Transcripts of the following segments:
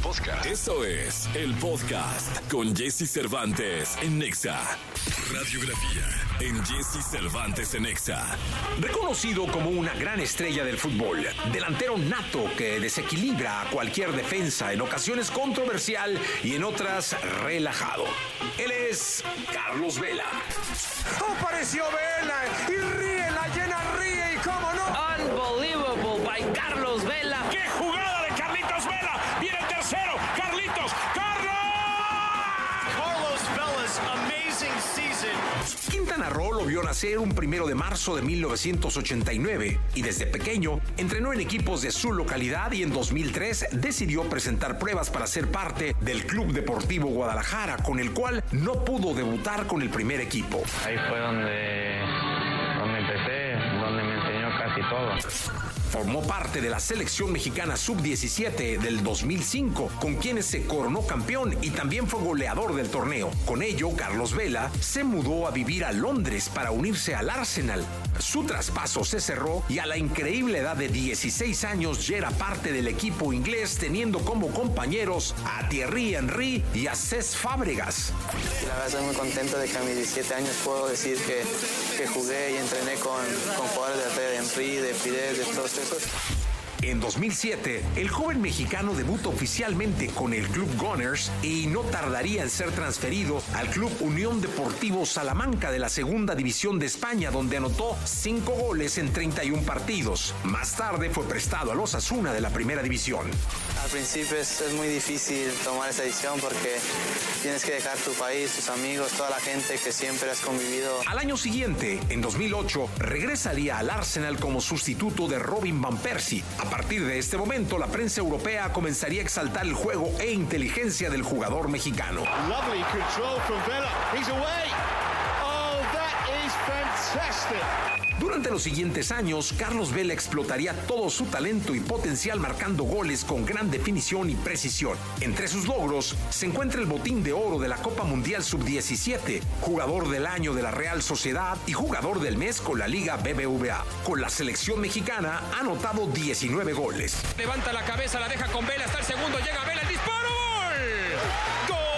podcast. Eso es el podcast con Jesse Cervantes en Nexa. Radiografía en Jesse Cervantes en Nexa. Reconocido como una gran estrella del fútbol, delantero nato que desequilibra a cualquier defensa, en ocasiones controversial y en otras relajado. Él es Carlos Vela. Apareció Vela y ríe, la llena ríe y cómo no. Unbelievable by Carlos Vela. ¡Qué jugada de Carlitos Vela! ¡Viene el tercero! ¡Carlitos! ¡Carlos! Carlos Vela's amazing season. Quintana Roo lo vio nacer un 1 de marzo de 1989 y desde pequeño entrenó en equipos de su localidad y en 2003 decidió presentar pruebas para ser parte del Club Deportivo Guadalajara, con el cual no pudo debutar con el primer equipo. Ahí fue donde empecé, donde me enseñó casi todo. Formó parte de la selección mexicana sub-17 del 2005, con quienes se coronó campeón y también fue goleador del torneo. Con ello, Carlos Vela se mudó a vivir a Londres para unirse al Arsenal. Su traspaso se cerró y a la increíble edad de 16 años ya era parte del equipo inglés, teniendo como compañeros a Thierry Henry y a Cesc Fábregas. La verdad estoy muy contento de que a mis 17 años puedo decir que jugué y entrené con jugadores de la talla de Henry, de Fidel, de todos esos. En 2007, el joven mexicano debutó oficialmente con el Club Gunners y no tardaría en ser transferido al Club Unión Deportivo Salamanca de la Segunda División de España, donde anotó 5 goles en 31 partidos. Más tarde fue prestado al Osasuna de la Primera División. Al principio es muy difícil tomar esa decisión porque tienes que dejar tu país, tus amigos, toda la gente que siempre has convivido. Al año siguiente, en 2008, regresaría al Arsenal como sustituto de Robin van Persie. A partir de este momento, la prensa europea comenzaría a exaltar el juego e inteligencia del jugador mexicano. Lovely control from Vela. He's away. Oh, that is fantastic. Durante los siguientes años, Carlos Vela explotaría todo su talento y potencial marcando goles con gran definición y precisión. Entre sus logros se encuentra el botín de oro de la Copa Mundial Sub-17, jugador del año de la Real Sociedad y jugador del mes con la Liga BBVA. Con la selección mexicana ha anotado 19 goles. Levanta la cabeza, la deja con Vela, está el segundo, llega Vela, el disparo, ¡gol! ¡Gol!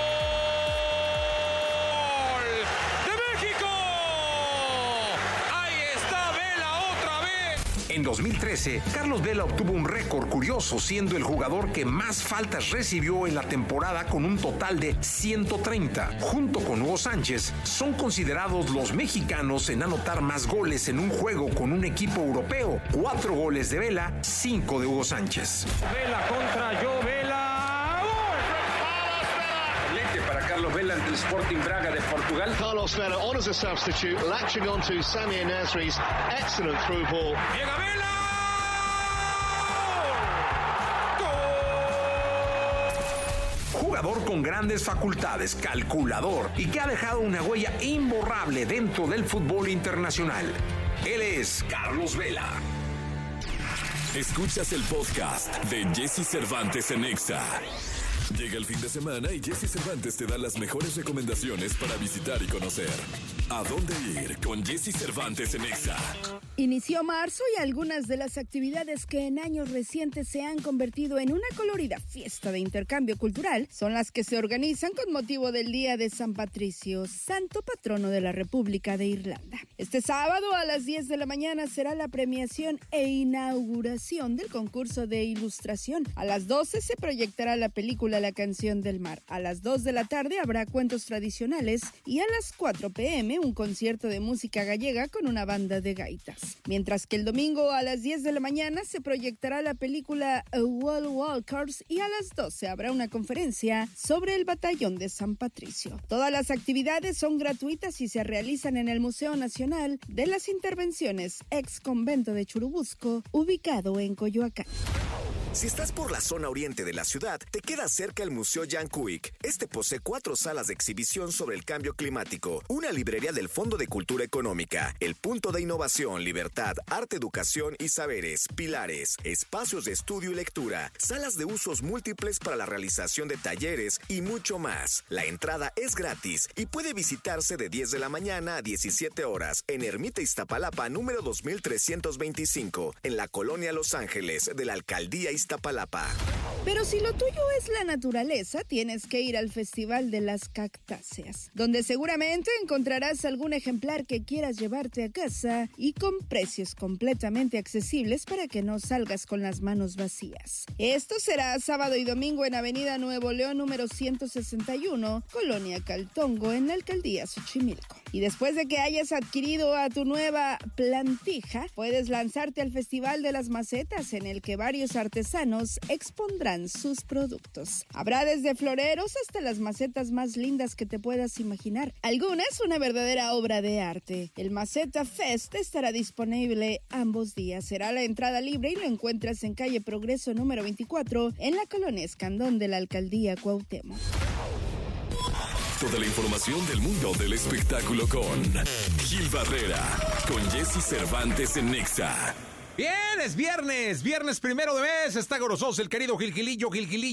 En 2013, Carlos Vela obtuvo un récord curioso, siendo el jugador que más faltas recibió en la temporada con un total de 130. Junto con Hugo Sánchez, son considerados los mexicanos en anotar más goles en un juego con un equipo europeo. 4 goles de Vela, 5 de Hugo Sánchez. Vela contra Joe Vela. Excelente para Carlos Vela ante el Sporting Braga de Portugal. Carlos Vela on as a substitute, latching on to Samir Nasri's excellent through ball. Llega Vela. Jugador con grandes facultades, calculador y que ha dejado una huella imborrable dentro del fútbol internacional. Él es Carlos Vela. Escuchas el podcast de Jesse Cervantes en Nexa. Llega el fin de semana y Jesse Cervantes te da las mejores recomendaciones para visitar y conocer. ¿A dónde ir con Jesse Cervantes en Nexa? Inició marzo y algunas de las actividades que en años recientes se han convertido en una colorida fiesta de intercambio cultural son las que se organizan con motivo del Día de San Patricio, santo patrono de la República de Irlanda. Este sábado a las 10 de la mañana será la premiación e inauguración del concurso de ilustración. A las 12 se proyectará la película La Canción del Mar. A las 2 de la tarde habrá cuentos tradicionales y a las 4 p.m. un concierto de música gallega con una banda de gaitas. Mientras que el domingo a las 10 de la mañana se proyectará la película A Wall Walkers y a las 12 habrá una conferencia sobre el Batallón de San Patricio. Todas las actividades son gratuitas y se realizan en el Museo Nacional de las Intervenciones, ex convento de Churubusco, ubicado en Coyoacán. Si estás por la zona oriente de la ciudad, te queda cerca el Museo Jan Kuik. Este posee 4 salas de exhibición sobre el cambio climático, una librería del Fondo de Cultura Económica, el punto de innovación, libertad, arte, educación y saberes, pilares, espacios de estudio y lectura, salas de usos múltiples para la realización de talleres y mucho más. La entrada es gratis y puede visitarse de 10 de la mañana a 17 horas en Ermita Iztapalapa número 2325, en la colonia Los Ángeles de la Alcaldía Iztapalapa. Pero si lo tuyo es la naturaleza, tienes que ir al Festival de las Cactáceas, donde seguramente encontrarás algún ejemplar que quieras llevarte a casa y con precios completamente accesibles para que no salgas con las manos vacías. Esto será sábado y domingo en Avenida Nuevo León número 161, Colonia Caltongo, en la Alcaldía Xochimilco. Y después de que hayas adquirido a tu nueva plantija, puedes lanzarte al Festival de las Macetas, en el que varios artesanos expondrán sus productos. Habrá desde floreros hasta las macetas más lindas que te puedas imaginar. Algunas una verdadera obra de arte. El Maceta Fest estará disponible ambos días. Será la entrada libre y lo encuentras en calle Progreso número 24, en la Colonia Escandón de la Alcaldía Cuauhtémoc. Toda la información del mundo del espectáculo con Gil Barrera, con Jesse Cervantes en Nexa. Bien, es viernes 1 de mes, está gorososo el querido Gilgilillo,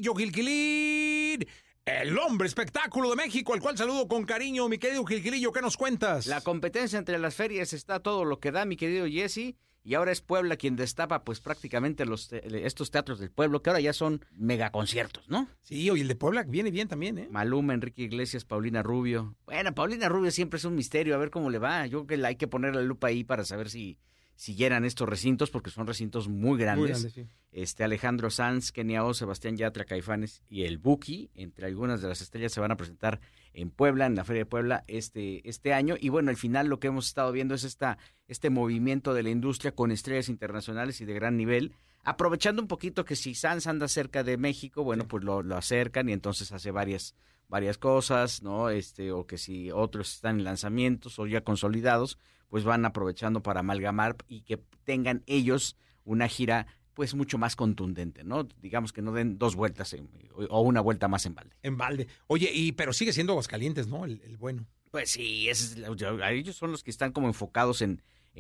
el hombre espectáculo de México, al cual saludo con cariño. Mi querido Gilgilillo, ¿qué nos cuentas? La competencia entre las ferias está todo lo que da, mi querido Jesse. Y ahora es Puebla quien destapa pues prácticamente estos teatros del pueblo, que ahora ya son megaconciertos, ¿no? Sí, oye, el de Puebla viene bien también, ¿eh? Maluma, Enrique Iglesias, Paulina Rubio. Bueno, Paulina Rubio siempre es un misterio, a ver cómo le va. Yo creo que hay que poner la lupa ahí para saber si llenan estos recintos, porque son recintos muy grandes. Muy grandes, sí. Alejandro Sanz, Kenia O, Sebastián Yatra, Caifanes y el Buki, entre algunas de las estrellas, se van a presentar en Puebla, en la Feria de Puebla este año. Y bueno, al final lo que hemos estado viendo es este movimiento de la industria con estrellas internacionales y de gran nivel, aprovechando un poquito que si Sanz anda cerca de México, bueno, sí, pues lo acercan y entonces hace varias cosas, ¿no? O que si otros están en lanzamientos o ya consolidados, pues van aprovechando para amalgamar y que tengan ellos una gira pues mucho más contundente, ¿no? Digamos que no den dos vueltas o una vuelta más en balde. En balde. Oye, pero sigue siendo Aguascalientes, ¿no? El bueno. Pues sí, ellos son los que están como enfocados en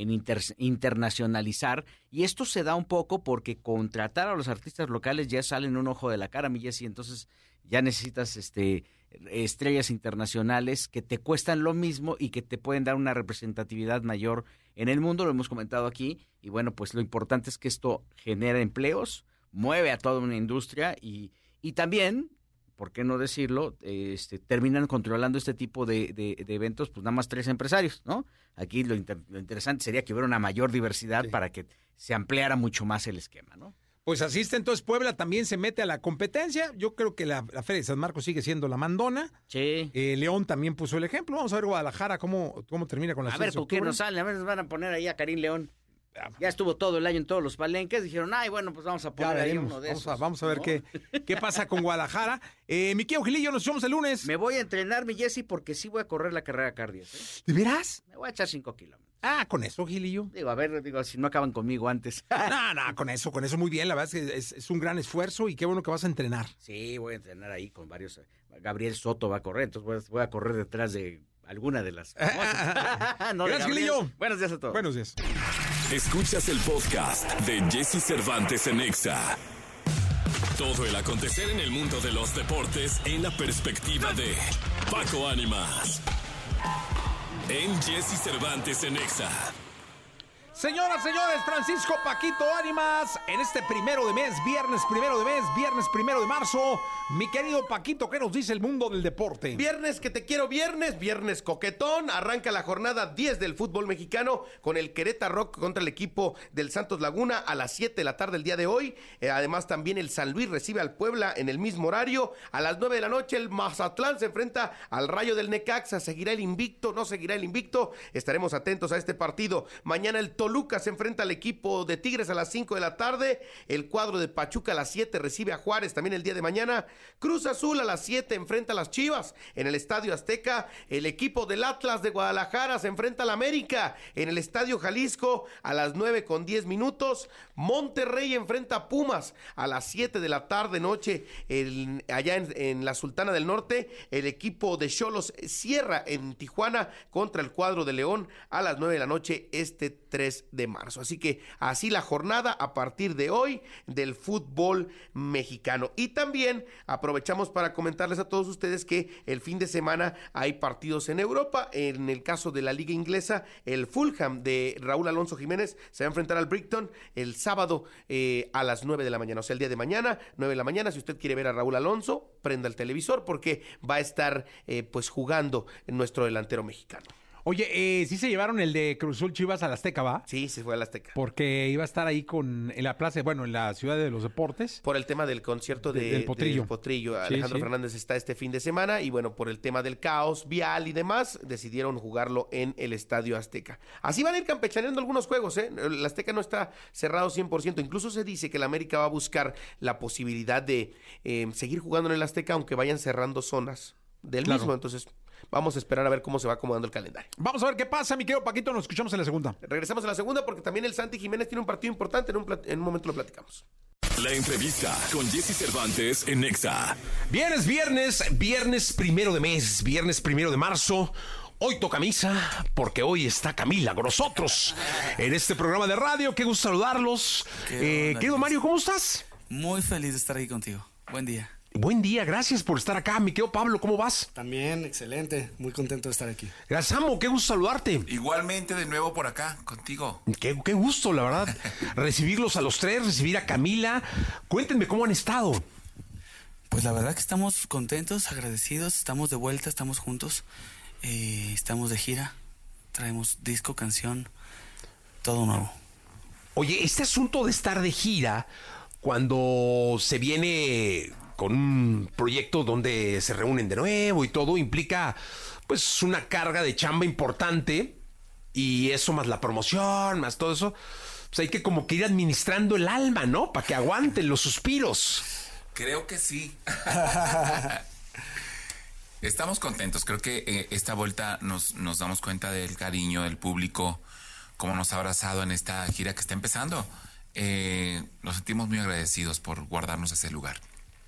internacionalizar, y esto se da un poco porque contratar a los artistas locales ya salen un ojo de la cara, mi Jessy, entonces ya necesitas estrellas internacionales que te cuestan lo mismo y que te pueden dar una representatividad mayor en el mundo, lo hemos comentado aquí, y bueno, pues lo importante es que esto genera empleos, mueve a toda una industria y también, ¿por qué no decirlo? Terminan controlando este tipo de eventos, pues nada más 3 empresarios, ¿no? Aquí lo interesante sería que hubiera una mayor diversidad, sí, para que se ampliara mucho más el esquema, ¿no? Pues así está, entonces Puebla también se mete a la competencia. Yo creo que la Feria de San Marcos sigue siendo la mandona. Sí. León también puso el ejemplo. Vamos a ver Guadalajara cómo termina con las fiestas. A ver, ¿por qué no sale? A ver, nos van a poner ahí a Karim León. Ya estuvo todo el año en todos los palenques, dijeron, ay, bueno, pues vamos a poner ahí uno de esos. Vamos a ver, ¿no? qué pasa con Guadalajara. Mi querido Gilillo, nos vemos el lunes. Me voy a entrenar, mi Jessy, porque sí voy a correr la carrera cardio. ¿De veras? Me voy a echar 5 kilómetros. Con eso, Gilillo. Digo, si no acaban conmigo antes. No, con eso muy bien. La verdad es que es un gran esfuerzo y qué bueno que vas a entrenar. Sí, voy a entrenar ahí con varios. Gabriel Soto va a correr, entonces voy a correr detrás de alguna de las famosas. Gracias, Gilillo. Buenos días a todos. Buenos días. Escuchas el podcast de Jesse Cervantes en Nexa. Todo el acontecer en el mundo de los deportes en la perspectiva de Paco Ánimas. En Jesse Cervantes en Nexa. Señoras, señores, Francisco Paquito Ánimas, en este 1 de mes, viernes 1 de marzo. Mi querido Paquito, ¿qué nos dice el mundo del deporte? Viernes que te quiero, viernes coquetón. Arranca la jornada 10 del fútbol mexicano con el Querétaro Rock contra el equipo del Santos Laguna a las 7 de la tarde el día de hoy. Además, también el San Luis recibe al Puebla en el mismo horario. A las 9 de la noche, el Mazatlán se enfrenta al Rayo del Necaxa. ¿Seguirá el invicto? ¿No seguirá el invicto? Estaremos atentos a este partido. Mañana el Toluca se enfrenta al equipo de Tigres a las 5 de la tarde. El cuadro de Pachuca a las 7 recibe a Juárez también el día de mañana. Cruz Azul a las 7 enfrenta a las Chivas en el Estadio Azteca. El equipo del Atlas de Guadalajara se enfrenta al América en el Estadio Jalisco a las 9:10. Monterrey enfrenta a Pumas a las 7 de la tarde noche allá en la Sultana del Norte. El equipo de Xolos cierra en Tijuana contra el cuadro de León a las 9 de la noche este 3 mes de marzo. Así que así la jornada a partir de hoy del fútbol mexicano. Y también aprovechamos para comentarles a todos ustedes que el fin de semana hay partidos en Europa. En el caso de la liga inglesa, el Fulham de Raúl Alonso Jiménez se va a enfrentar al Brighton el sábado a las 9 de la mañana. O sea, el día de mañana, 9 de la mañana. Si usted quiere ver a Raúl Alonso, prenda el televisor porque va a estar pues jugando nuestro delantero mexicano. Oye, ¿sí se llevaron el de Cruz Azul Chivas al Azteca, va? Sí, se fue al Azteca. Porque iba a estar ahí en la plaza, en la Ciudad de los Deportes. Por el tema del concierto del Potrillo. Alejandro Fernández está este fin de semana y bueno, por el tema del caos vial y demás, decidieron jugarlo en el Estadio Azteca. Así van a ir campechaneando algunos juegos, ¿eh? El Azteca no está cerrado 100%. Incluso se dice que el América va a buscar la posibilidad de seguir jugando en el Azteca, aunque vayan cerrando zonas del mismo. Entonces, vamos a esperar a ver cómo se va acomodando el calendario. Vamos a ver qué pasa, mi querido Paquito. Nos escuchamos en la segunda. Regresamos a la segunda porque también el Santi Jiménez tiene un partido importante. En un momento lo platicamos. La entrevista con Jesse Cervantes en Nexa. Viernes 1 de mes, viernes 1 de marzo. Hoy toca misa porque hoy está Camila con nosotros en este programa de radio. Qué gusto saludarlos. Querido Mario, ¿cómo estás? Muy feliz de estar aquí contigo. Buen día. Buen día, gracias por estar acá. Mi querido Pablo, ¿cómo vas? También, excelente. Muy contento de estar aquí. Gracias, Amo. Qué gusto saludarte. Igualmente, de nuevo por acá, contigo. Qué gusto, la verdad. Recibirlos a los tres, recibir a Camila. Cuéntenme cómo han estado. Pues la verdad que estamos contentos, agradecidos. Estamos de vuelta, estamos juntos. Estamos de gira. Traemos disco, canción, todo nuevo. Oye, este asunto de estar de gira, cuando se viene con un proyecto donde se reúnen de nuevo y todo, implica pues una carga de chamba importante, y eso más la promoción, más todo eso, pues hay que como que ir administrando el alma, ¿no? Para que aguanten los suspiros. Creo que sí. Estamos contentos. Creo que esta vuelta nos damos cuenta del cariño del público, cómo nos ha abrazado en esta gira que está empezando. Nos sentimos muy agradecidos por guardarnos ese lugar.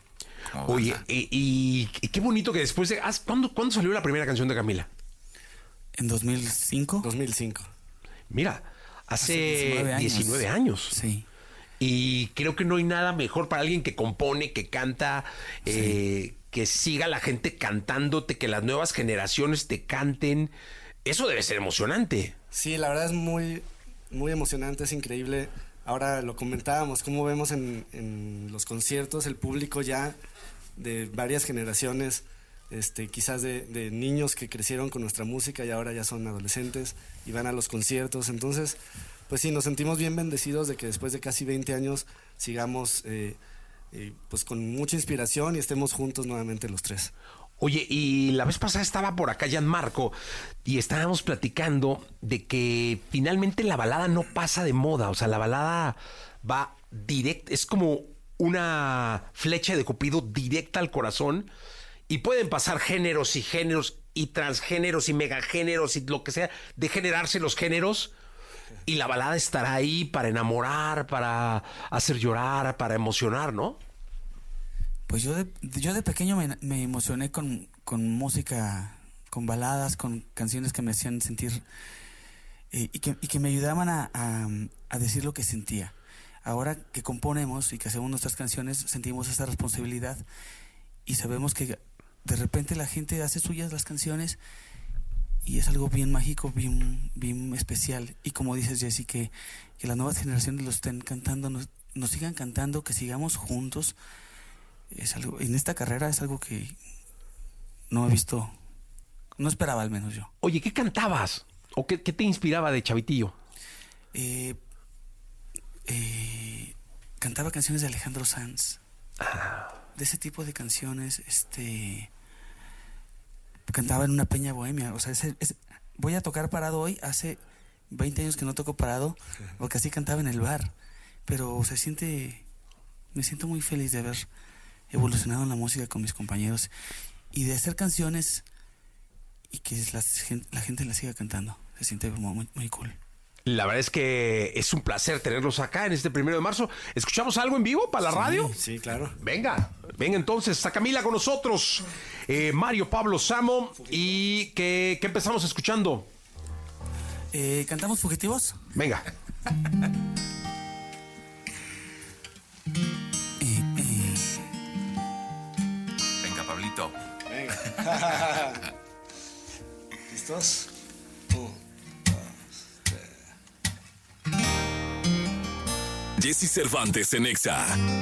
Oye, y qué bonito que después de... ¿Cuándo salió la primera canción de Camila? ¿En 2005? 2005. Mira, hace 19 años. Sí. Y creo que no hay nada mejor para alguien que compone, que canta, que siga la gente cantándote, que las nuevas generaciones te canten. Eso debe ser emocionante. Sí, la verdad es muy, muy emocionante, es increíble. Ahora lo comentábamos, cómo vemos en los conciertos el público ya de varias generaciones, quizás de niños que crecieron con nuestra música y ahora ya son adolescentes y van a los conciertos. Entonces, pues sí, nos sentimos bien bendecidos de que después de casi 20 años sigamos pues con mucha inspiración y estemos juntos nuevamente los tres. Oye, y la vez pasada estaba por acá Gianmarco y estábamos platicando de que finalmente la balada no pasa de moda. O sea, la balada va directa, es como una flecha de Cupido directa al corazón, y pueden pasar géneros y transgéneros y megagéneros y lo que sea, degenerarse los géneros, y la balada estará ahí para enamorar, para hacer llorar, para emocionar, ¿no? Pues yo de pequeño me emocioné con música, con baladas, con canciones que me hacían sentir y que me ayudaban a decir lo que sentía. Ahora que componemos y que hacemos nuestras canciones, sentimos esa responsabilidad y sabemos que de repente la gente hace suyas las canciones y es algo bien mágico, bien especial. Y como dices, Jessy, que las nuevas generaciones lo estén cantando, nos sigan cantando, que sigamos juntos. Es algo, en esta carrera es algo que no he visto, no esperaba al menos yo. Oye, ¿qué cantabas? ¿O qué te inspiraba de chavitillo? Cantaba canciones de Alejandro Sanz. De ese tipo de canciones, cantaba en una peña bohemia. O sea, voy a tocar parado hoy. Hace 20 años que no toco parado, porque así cantaba en el bar. Pero me siento muy feliz de haber evolucionado en la música con mis compañeros y de hacer canciones y que la gente las siga cantando. Se siente muy, muy cool. La verdad es que es un placer tenerlos acá en este 1 de marzo. ¿Escuchamos algo en vivo para la radio? Sí, claro. Venga entonces, está Camila con nosotros, Mario, Pablo, Samo. ¿Y qué empezamos escuchando? ¿Cantamos Fugitivos? Venga. Venga, Pablito. Venga. ¿Listos? 1, 2, 3. Jessy Cervantes en Exa.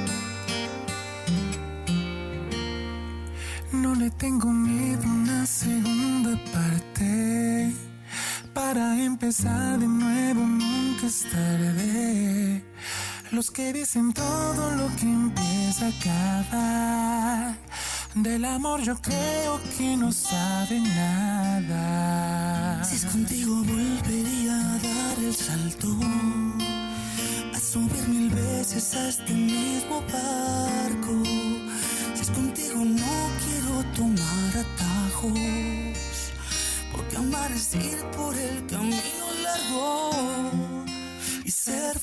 No le tengo miedo a una segunda parte. Para empezar de nuevo nunca es tarde. Los que dicen todo lo que empieza acaba. Del amor yo creo que no saben nada. Si es contigo volvería a dar el salto, a subir 1000 veces a este mismo barco. Si es contigo no quiero tomar atajos, porque amar es ir por el camino largo y ser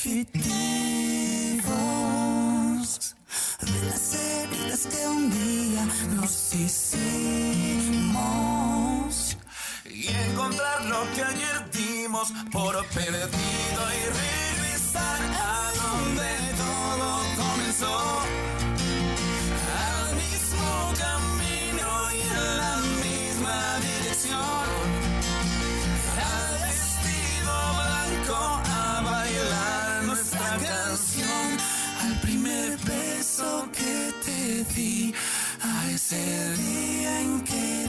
fugitivos de las heridas que un día nos hicimos y encontrar lo que ayer dimos por perdido y regresar a donde todo comenzó, al mismo camino y en la misma dirección, al vestido blanco a bailar nuestra canción, al primer beso que te di, a ese día en que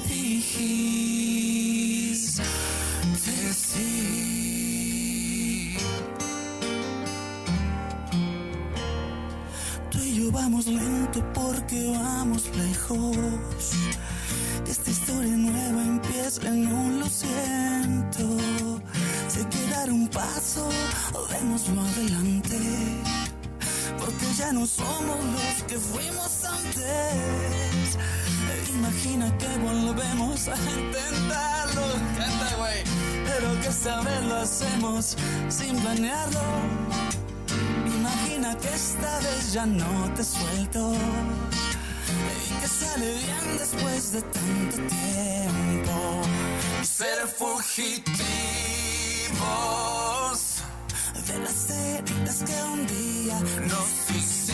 dijiste sí. Tú y yo vamos lento porque vamos lejos. Esta historia nueva empieza en un lo siento. Si hay que dar un paso, démoslo adelante, porque ya no somos los que fuimos antes. Imagina que volvemos a intentarlo, canta güey, pero que esta vez lo hacemos sin planearlo. Imagina que esta vez ya no te suelto y que sale bien después de tanto tiempo. Ser fugitivos de las heridas que un día nos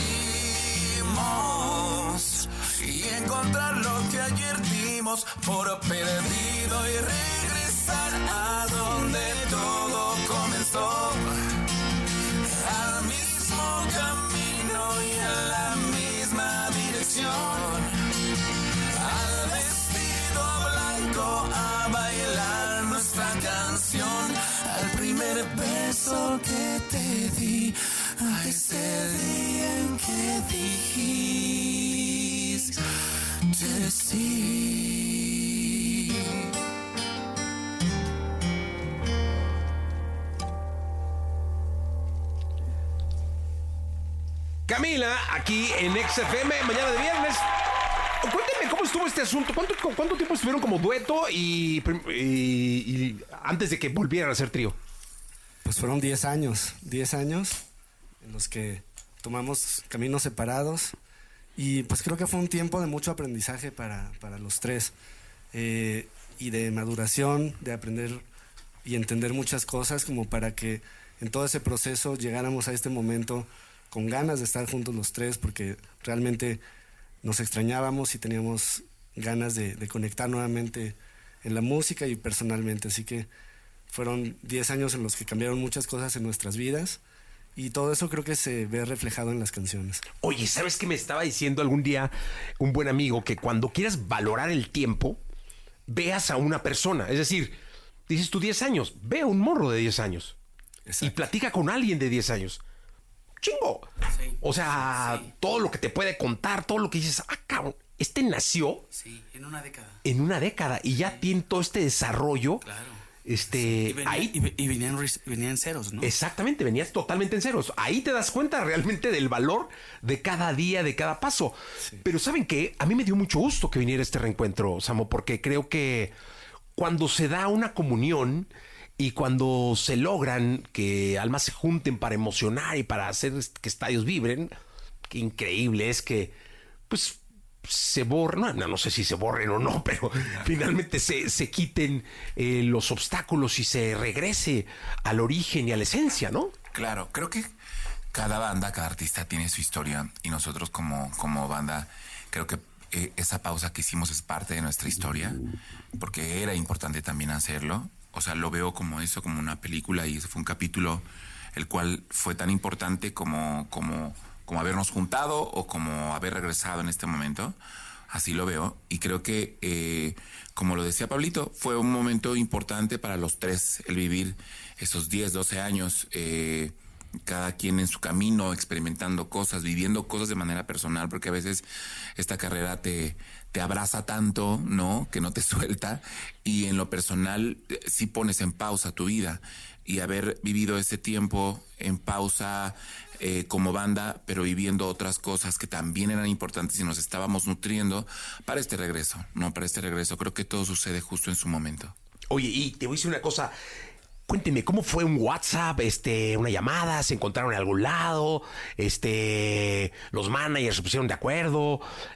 hicimos y encontrar lo que ayer dimos por perdido y regresar a donde todo comenzó, al mismo camino y en la misma dirección, al vestido blanco a bailar nuestra canción, al primer beso que te di, a ese día en que dijiste sí. Camila, aquí en XFM, mañana de viernes. Cuéntenme cómo estuvo este asunto. ¿Cuánto tiempo estuvieron como dueto y antes de que volvieran a ser trío? Pues fueron 10 años en los que tomamos caminos separados y pues creo que fue un tiempo de mucho aprendizaje para los tres y de maduración, de aprender y entender muchas cosas como para que en todo ese proceso llegáramos a este momento con ganas de estar juntos los tres, porque realmente nos extrañábamos y teníamos ganas de conectar nuevamente en la música y personalmente. Así que fueron 10 años en los que cambiaron muchas cosas en nuestras vidas y todo eso creo que se ve reflejado en las canciones. Oye, ¿sabes qué me estaba diciendo algún día un buen amigo? Que cuando quieras valorar el tiempo, veas a una persona. Es decir, dices tú 10 años, ve a un morro de 10 años. Exacto. Y platica con alguien de 10 años. ¡Chingo! Sí, o sea, sí. Todo lo que te puede contar, todo lo que dices, cabrón, nació... Sí, en una década. En una década, y ya tiene todo este desarrollo. Claro. Sí, y venían ceros, ¿no? Exactamente, venías totalmente en ceros. Ahí te das cuenta realmente del valor de cada día, de cada paso. Sí. Pero ¿saben qué? A mí me dio mucho gusto que viniera este reencuentro, Samo, porque creo que cuando se da una comunión y cuando se logran que almas se junten para emocionar y para hacer que estadios vibren, qué increíble es que, pues, se borren, no sé si se borren o no, pero finalmente se quiten los obstáculos y se regrese al origen y a la esencia, ¿no? Claro, creo que cada banda, cada artista tiene su historia y nosotros como banda, creo que esa pausa que hicimos es parte de nuestra historia, porque era importante también hacerlo. O sea, lo veo como eso, como una película, y ese fue un capítulo el cual fue tan importante como habernos juntado o como haber regresado en este momento. Así lo veo, y creo que, como lo decía Pablito, fue un momento importante para los tres, el vivir esos 10, 12 años, cada quien en su camino, experimentando cosas, viviendo cosas de manera personal, porque a veces esta carrera te abraza tanto, ¿no?, que no te suelta, y en lo personal sí pones en pausa tu vida, y haber vivido ese tiempo en pausa como banda, pero viviendo otras cosas que también eran importantes y nos estábamos nutriendo para este regreso, ¿no? Para este regreso. Creo que todo sucede justo en su momento. Oye, y te voy a decir una cosa. Cuénteme, ¿cómo fue un WhatsApp, una llamada? ¿Se encontraron en algún lado? Los managers se pusieron de acuerdo.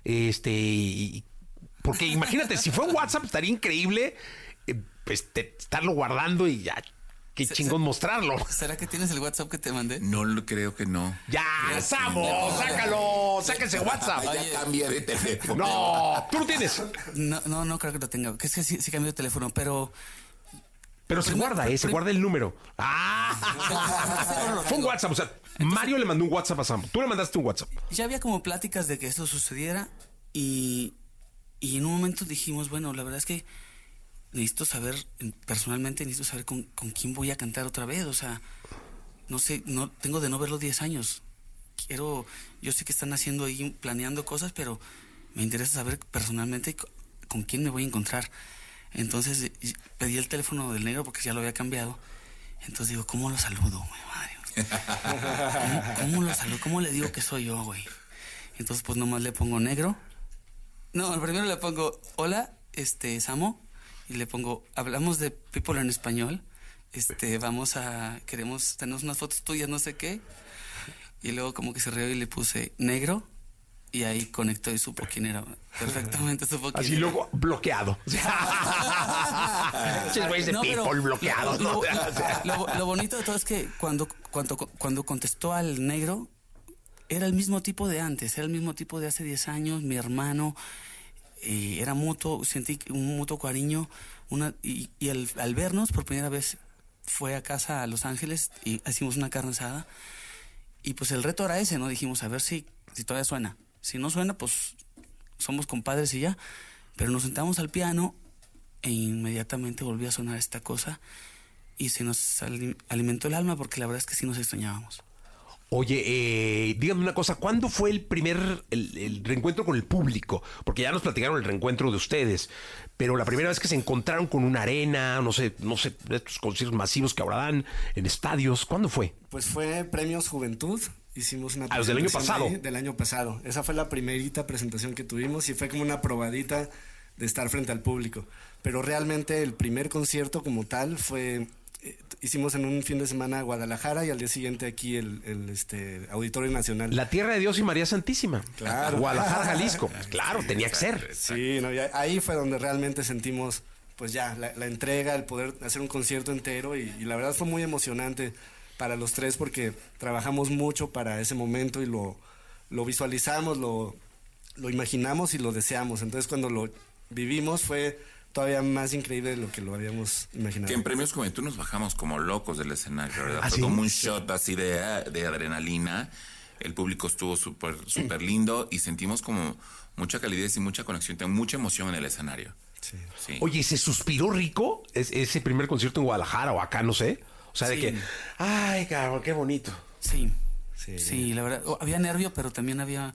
Porque imagínate, si fue un WhatsApp estaría increíble, estarlo guardando y ya. Qué chingón mostrarlo. ¿Será que tienes el WhatsApp que te mandé? No, creo que no. ¡Ya, Samo! ¡Sácalo! ¡Sáquense WhatsApp! Ya cambia de teléfono. ¡No! ¿Tú lo tienes? No creo que lo tenga. Que es que sí cambió de teléfono, pero... Pero se guarda el número. Fue un WhatsApp, o sea, Mario le mandó un WhatsApp a Samo. Tú le mandaste un WhatsApp. Ya había como pláticas de que esto sucediera y en un momento dijimos, bueno, la verdad es que personalmente necesito saber con quién voy a cantar otra vez. O sea, no sé, tengo de no verlo 10 años. Yo sé que están haciendo ahí, planeando cosas, pero me interesa saber personalmente con quién me voy a encontrar. Entonces pedí el teléfono del negro porque ya lo había cambiado. Entonces digo, ¿cómo lo saludo, güey? ¿Cómo lo saludo? ¿Cómo le digo que soy yo, güey? Entonces pues nomás le pongo negro. No, primero le pongo, hola, Samo. Y le pongo, hablamos de people en español. Tenemos unas fotos tuyas, no sé qué. Y luego como que se rió y le puse negro. Y ahí conectó y supo quién era. Perfectamente supo quién así era. Luego bloqueado. Güeyes de people bloqueados. Lo bonito de todo es que cuando contestó al negro, era el mismo tipo de antes. Era el mismo tipo de hace 10 años. Mi hermano... era mutuo, sentí un mutuo cariño. Y al vernos por primera vez fue a casa a Los Ángeles y hicimos una carne asada. Y pues el reto era ese, ¿no? Dijimos, a ver si todavía suena. Si no suena, pues somos compadres y ya. Pero nos sentamos al piano e inmediatamente volvió a sonar esta cosa y se nos alimentó el alma, porque la verdad es que sí nos extrañábamos. Oye, dígame una cosa, ¿cuándo fue el reencuentro con el público? Porque ya nos platicaron el reencuentro de ustedes, pero la primera vez que se encontraron con una arena, no sé, de estos conciertos masivos que ahora dan en estadios, ¿cuándo fue? Pues fue Premios Juventud. Hicimos una presentación del año pasado. Del año pasado. Esa fue la primerita presentación que tuvimos y fue como una probadita de estar frente al público. Pero realmente el primer concierto como tal fue... hicimos en un fin de semana Guadalajara y al día siguiente aquí el Auditorio Nacional. La tierra de Dios y María Santísima. Claro. Guadalajara, Jalisco. Claro, sí, tenía que ser. Sí, no, ahí fue donde realmente sentimos pues ya la entrega, el poder hacer un concierto entero y la verdad fue muy emocionante para los tres porque trabajamos mucho para ese momento y lo visualizamos, lo imaginamos y lo deseamos. Entonces cuando lo vivimos fue todavía más increíble de lo que lo habíamos imaginado. Que en Premios Juventud nos bajamos como locos del escenario, ¿verdad? ¿Ah, fue sí? Como un shot así de adrenalina. El público estuvo súper lindo y sentimos como mucha calidez y mucha conexión, mucha emoción en el escenario. Sí. Sí. Oye, ¿se suspiró rico ese primer concierto en Guadalajara o acá, no sé? O sea, de que, ay, cabrón, qué bonito. Sí, la verdad, había nervio, pero también había,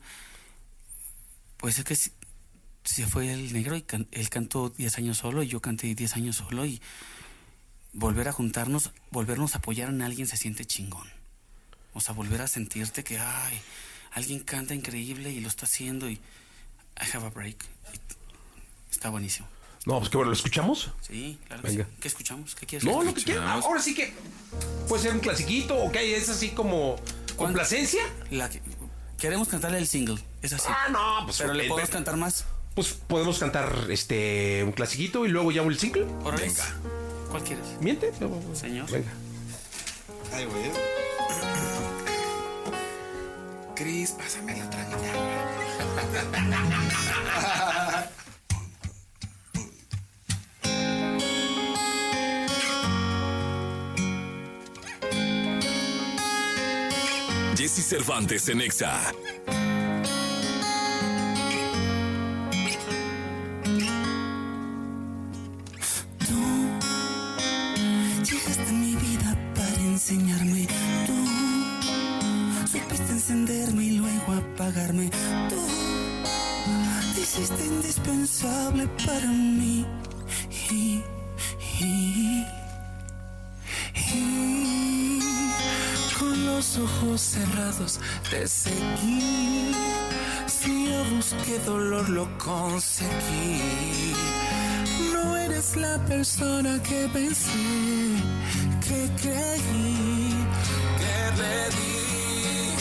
pues es que se fue el negro y él cantó 10 años solo y yo canté 10 años solo y volver a juntarnos, volvernos a apoyar en alguien se siente chingón. O sea, volver a sentirte que, ay, alguien canta increíble y lo está haciendo y I have a break. Está buenísimo. No, pues qué bueno, ¿lo escuchamos? Sí, claro. Venga. Sí. ¿Qué escuchamos? ¿Qué quieres? No, lo que quieras. Ahora sí que puede ser un clasiquito o que es así como complacencia. Queremos cantarle el single, es así. No, pues... Pero le podemos cantar más. Pues podemos cantar un clasiquito y luego ya el single. Venga. ¿Cuál quieres? ¿Miente? Señor. Venga. Ay, güey. Cris, pásame la otra guitarra. Jessy Cervantes en Exa. Llegaste a mi vida para enseñarme. Tú supiste encenderme y luego apagarme. Tú te hiciste indispensable para mí. Con los ojos cerrados te seguí. Si yo busqué dolor lo conseguí. No eres la persona que pensé, que creí, que pedí.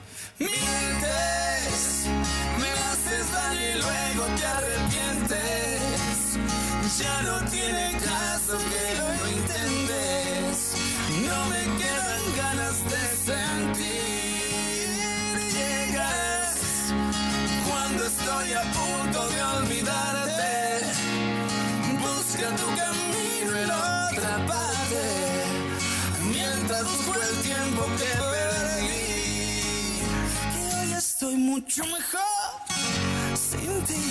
Mientes, me haces daño y luego te arrepientes. Ya no tiene caso que lo intentes. No me quedan ganas de sentir. Llegas cuando estoy a punto de olvidarte. Busca tu camino en otra parte, mientras busco el tiempo que perdí. Y hoy estoy mucho mejor sin ti.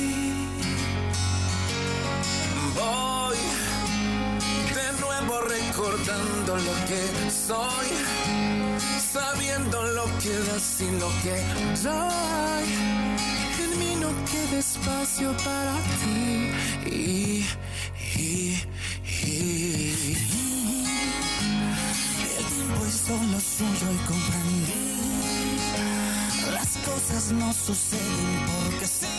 Voy de nuevo recordando lo que soy, sabiendo lo que das y lo que doy. En mí no queda espacio para ti. El tiempo hizo lo suyo y comprendí. Las cosas no suceden porque sí.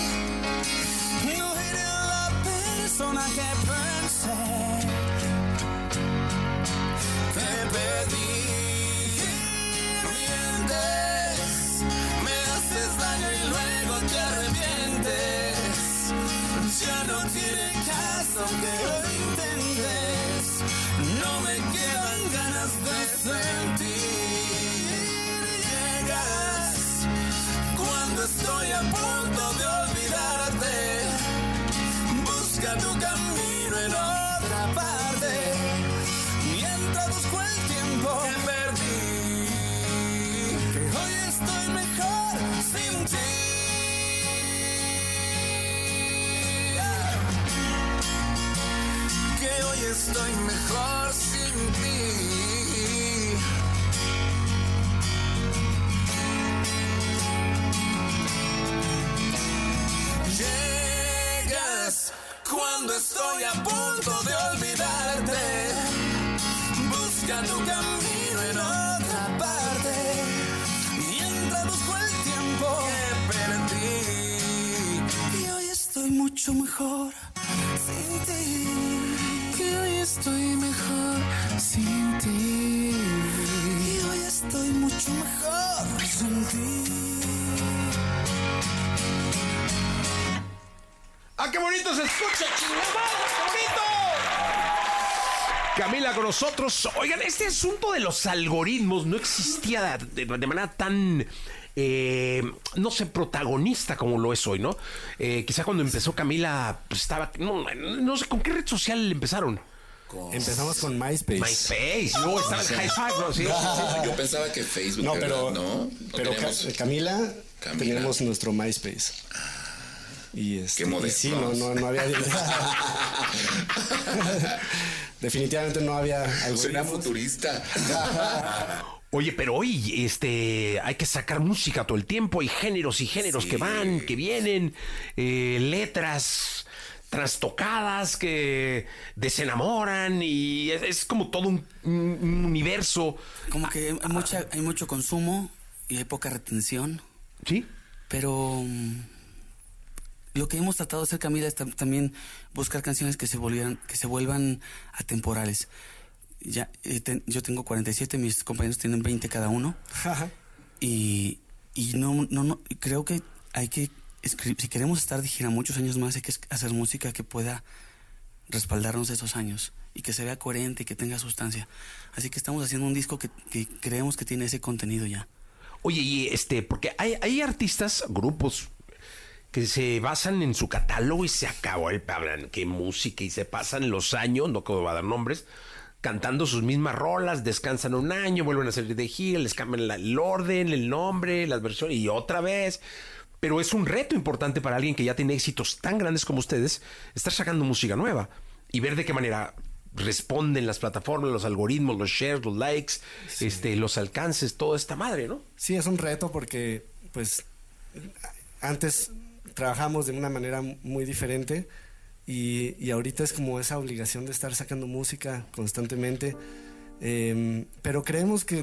No eres la persona que pensé, que pedí. Mientes, me haces daño y luego te arrepientes. Ya no tiene caso que lo intentes. No me quedan ganas de sentir. Llegas cuando estoy a punto de olvidarte. Busca tu camino en otra parte, mientras busco el tiempo que perdí. Que hoy estoy mejor sin ti. Que hoy estoy mejor sin ti. Llegas cuando estoy a punto de olvidarte. Busca tu camino en otra parte, mientras busco el tiempo que perdí. y hoy estoy mucho mejor sin ti. Que hoy estoy mejor sin ti. Y hoy estoy mucho mejor sin ti. ¡Ah, qué bonito se escucha! ¡Chingada, qué bonito! Camila con nosotros. Oigan, este asunto de los algoritmos no existía de manera tan... no sé, protagonista como lo es hoy, ¿no? Quizá cuando empezó Camila, pues estaba... No sé, ¿con qué red social empezaron? Empezamos con MySpace. MySpace, luego estaba el High Five, ¿no? Sí. Yo pensaba que Facebook No, era, pero, ¿no? pero Camila, tenemos nuestro MySpace. Y qué modernos. Sí, no había... Definitivamente no había algoritmos. Suena futurista. Oye, pero hoy hay que sacar música todo el tiempo, hay géneros y géneros que van, que vienen, letras trastocadas que desenamoran y es como todo un universo. Como que hay mucho consumo y hay poca retención. Sí. Pero lo que hemos tratado de hacer, Camila, es también buscar canciones que se vuelvan atemporales. Ya, yo tengo 47, mis compañeros tienen 20 cada uno. y Y no, creo que hay que escribir, si queremos estar de gira muchos años más, hay que hacer música que pueda respaldarnos de esos años y que se vea coherente y que tenga sustancia. Así que estamos haciendo un disco que creemos que tiene ese contenido ya. Oye, y porque hay artistas, grupos que se basan en su catálogo y se acabó hablan qué música y se pasan los años, no puedo dar nombres, cantando sus mismas rolas, descansan un año, vuelven a salir de gira, les cambian el orden, el nombre, las versiones y otra vez. Pero es un reto importante para alguien que ya tiene éxitos tan grandes como ustedes, estar sacando música nueva y ver de qué manera responden las plataformas, los algoritmos, los shares, los likes, sí. Los alcances, toda esta madre, ¿no? Sí, es un reto porque, pues, antes trabajamos de una manera muy diferente y ahorita es como esa obligación de estar sacando música constantemente, pero creemos que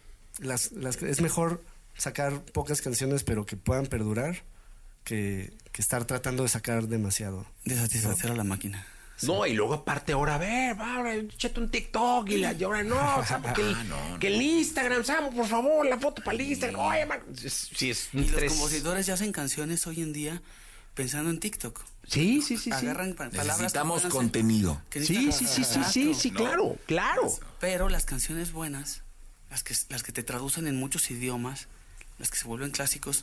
es mejor sacar pocas canciones pero que puedan perdurar que estar tratando de sacar demasiado. De satisfacer a la máquina. Sí. No, y luego aparte ahora, échate un TikTok y ahora no, Samu, que el Instagram, Samu, por favor, la foto para el Instagram. Oye, man. Sí, es un y los compositores ya hacen canciones hoy en día pensando en TikTok. Sí. Agarran palabras. Necesitamos contenido. Sí, claro. Pero las canciones buenas, las que te traducen en muchos idiomas, las que se vuelven clásicos,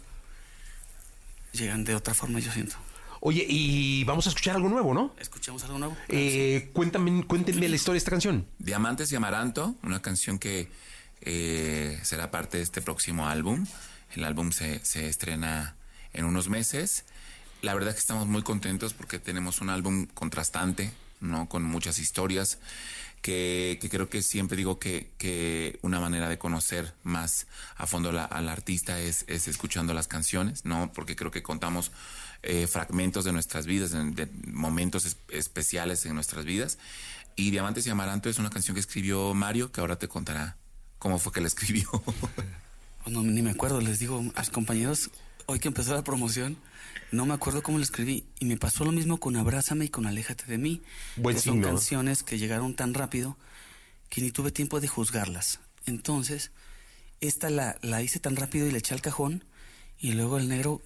llegan de otra forma, yo siento. Oye, y vamos a escuchar algo nuevo, ¿no? Escuchamos algo nuevo. Cuéntenme la historia de esta canción. Diamantes y Amaranto, una canción que será parte de este próximo álbum. El álbum se estrena en unos meses. La verdad es que estamos muy contentos porque tenemos un álbum contrastante, ¿no? Con muchas historias que creo que siempre digo que una manera de conocer más a fondo al artista es escuchando las canciones, ¿no? Porque creo que contamos fragmentos de nuestras vidas, de momentos especiales en nuestras vidas. Y Diamantes y Amaranto es una canción que escribió Mario, que ahora te contará cómo fue que la escribió. No, ni me acuerdo, les digo a mis compañeros, hoy que empezó la promoción, no me acuerdo cómo lo escribí. Y me pasó lo mismo con Abrázame y con Aléjate de mí. Buen signo. Son canciones que llegaron tan rápido que ni tuve tiempo de juzgarlas. Entonces, esta la hice tan rápido y la eché al cajón. Y luego el negro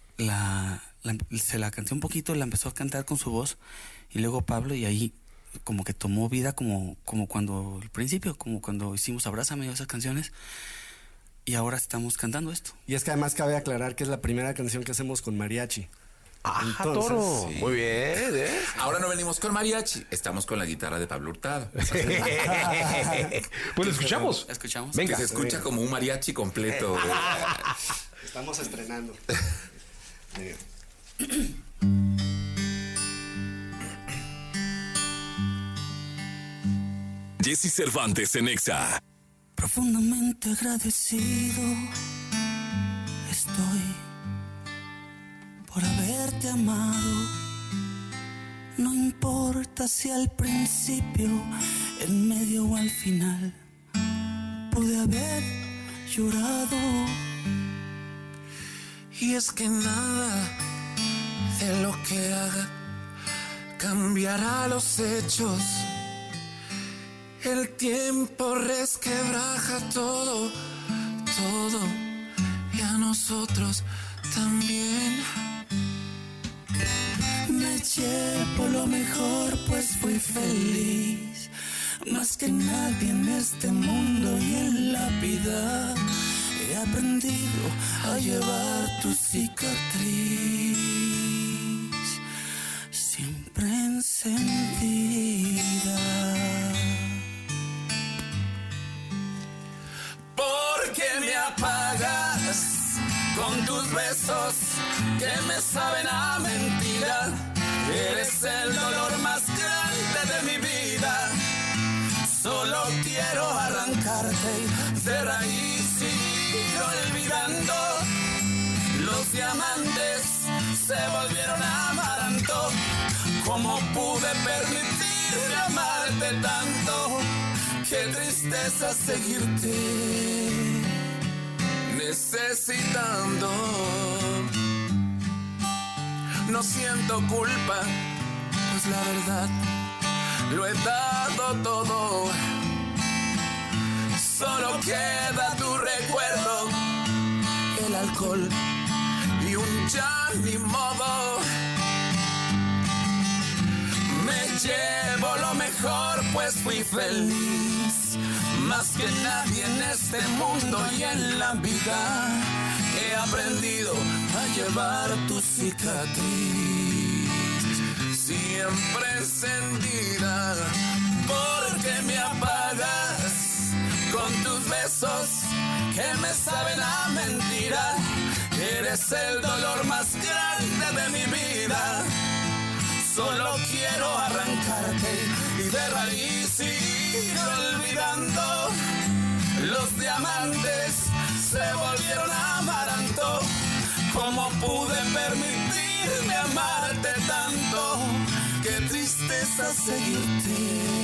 se la canté un poquito, la empezó a cantar con su voz. Y luego Pablo, y ahí como que tomó vida como cuando al principio, como cuando hicimos Abrázame y esas canciones. Y ahora estamos cantando esto. Y es que además cabe aclarar que es la primera canción que hacemos con mariachi. Entonces, toro. Sí. Muy bien, Ahora no venimos con mariachi, estamos con la guitarra de Pablo Hurtado. Pues lo escuchamos. ¿Escuchamos? Venga. Que se escucha como un mariachi completo. Estamos estrenando. Jessy Cervantes en Exa. Profundamente agradecido estoy por haberte amado. No importa si al principio, en medio o al final pude haber llorado. Y es que nada de lo que haga cambiará los hechos. El tiempo resquebraja todo, y a nosotros también. Me llevo lo mejor, pues fui feliz, más que nadie en este mundo y en la vida. He aprendido a llevar tu cicatriz siempre encendida. Porque me apagas con tus besos que me saben a mentira. Eres el dolor más grande de mi vida. Solo quiero arrancarte de raíz y ir olvidando. Los diamantes se volvieron amaranto. ¿Cómo pude permitirme amarte tanto? Qué tristeza seguirte necesitando. No siento culpa, pues la verdad lo he dado todo. Solo queda tu recuerdo, el alcohol y un ya ni modo. Me llevo lo mejor, pues fui feliz, más que nadie en este mundo y en la vida. He aprendido a llevar tu cicatriz, siempre encendida, porque me apagas con tus besos que me saben a mentira. Eres el dolor más grande de mi vida. Solo quiero arrancarte y de raíz ir olvidando. Los diamantes se volvieron amaranto. ¿Cómo pude permitirme amarte tanto? Qué tristeza seguirte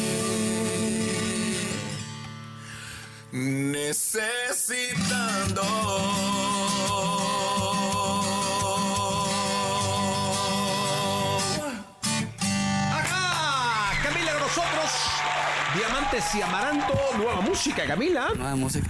necesitando. Diamantes y Amaranto, nueva música, Camila. Nueva música.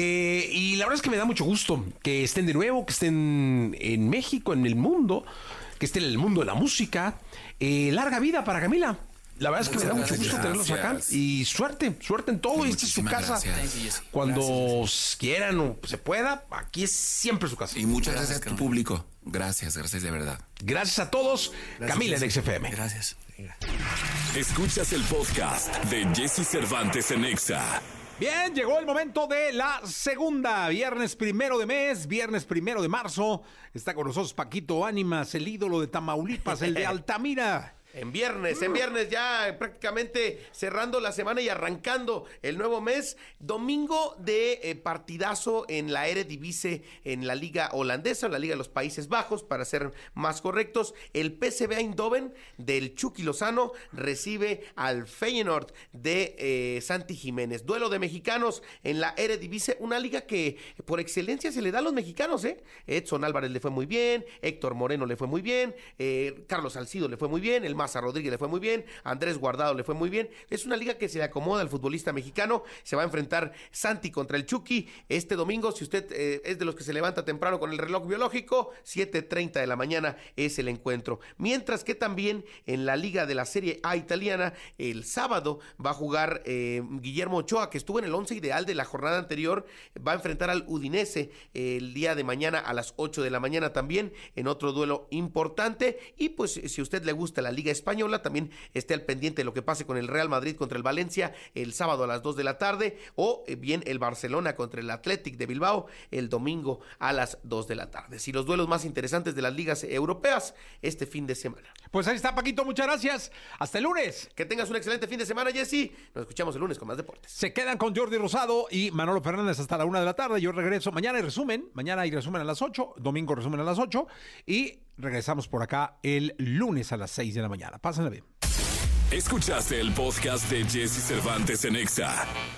Y la verdad es que me da mucho gusto que estén de nuevo, que estén en México, en el mundo, que estén en el mundo de la música. Larga vida para Camila. La verdad es que me da mucho gusto tenerlos acá. Y suerte en todo. Esta es su casa. Cuando quieran o se pueda, aquí es siempre su casa. Y muchas gracias a tu público. Gracias de verdad. Gracias a todos. Gracias, Camila en Jessy. XFM. Gracias. Escuchas el podcast de Jessy Cervantes en Exa. Bien, llegó el momento de la segunda. Viernes 1 de mes, viernes 1 de marzo. Está con nosotros Paquito Ánimas, el ídolo de Tamaulipas, el de Altamira. En viernes ya prácticamente cerrando la semana y arrancando el nuevo mes. Domingo de partidazo en la Eredivisie, en la liga holandesa, en la liga de los Países Bajos, para ser más correctos. El PSV Eindhoven del Chucky Lozano recibe al Feyenoord de Santi Jiménez. Duelo de mexicanos en la Eredivisie, una liga que por excelencia se le da a los mexicanos, Edson Álvarez le fue muy bien, Héctor Moreno le fue muy bien, Carlos Salcido le fue muy bien, el Maza Rodríguez le fue muy bien, Andrés Guardado le fue muy bien. Es una liga que se le acomoda al futbolista mexicano. Se va a enfrentar Santi contra el Chucky este domingo. Si usted es de los que se levanta temprano con el reloj biológico, 7:30 de la mañana es el encuentro. Mientras que también en la liga de la Serie A italiana, el sábado va a jugar Guillermo Ochoa, que estuvo en el 11 ideal de la jornada anterior. Va a enfrentar al Udinese el día de mañana a las 8 de la mañana también, en otro duelo importante. Y pues si a usted le gusta la liga española, también esté al pendiente de lo que pase con el Real Madrid contra el Valencia el sábado a las 2 de la tarde, o bien el Barcelona contra el Athletic de Bilbao el domingo a las 2 de la tarde. Si los duelos más interesantes de las ligas europeas este fin de semana. Pues ahí está, Paquito, muchas gracias. Hasta el lunes. Que tengas un excelente fin de semana, Jessy. Nos escuchamos el lunes con más deportes. Se quedan con Jordi Rosado y Manolo Fernández hasta la 1 de la tarde. Yo regreso mañana hay resumen a las 8, domingo resumen a las 8 y regresamos por acá el lunes a las 6 de la mañana. Pásenla bien. Escuchaste el podcast de Jessy Cervantes en Exa.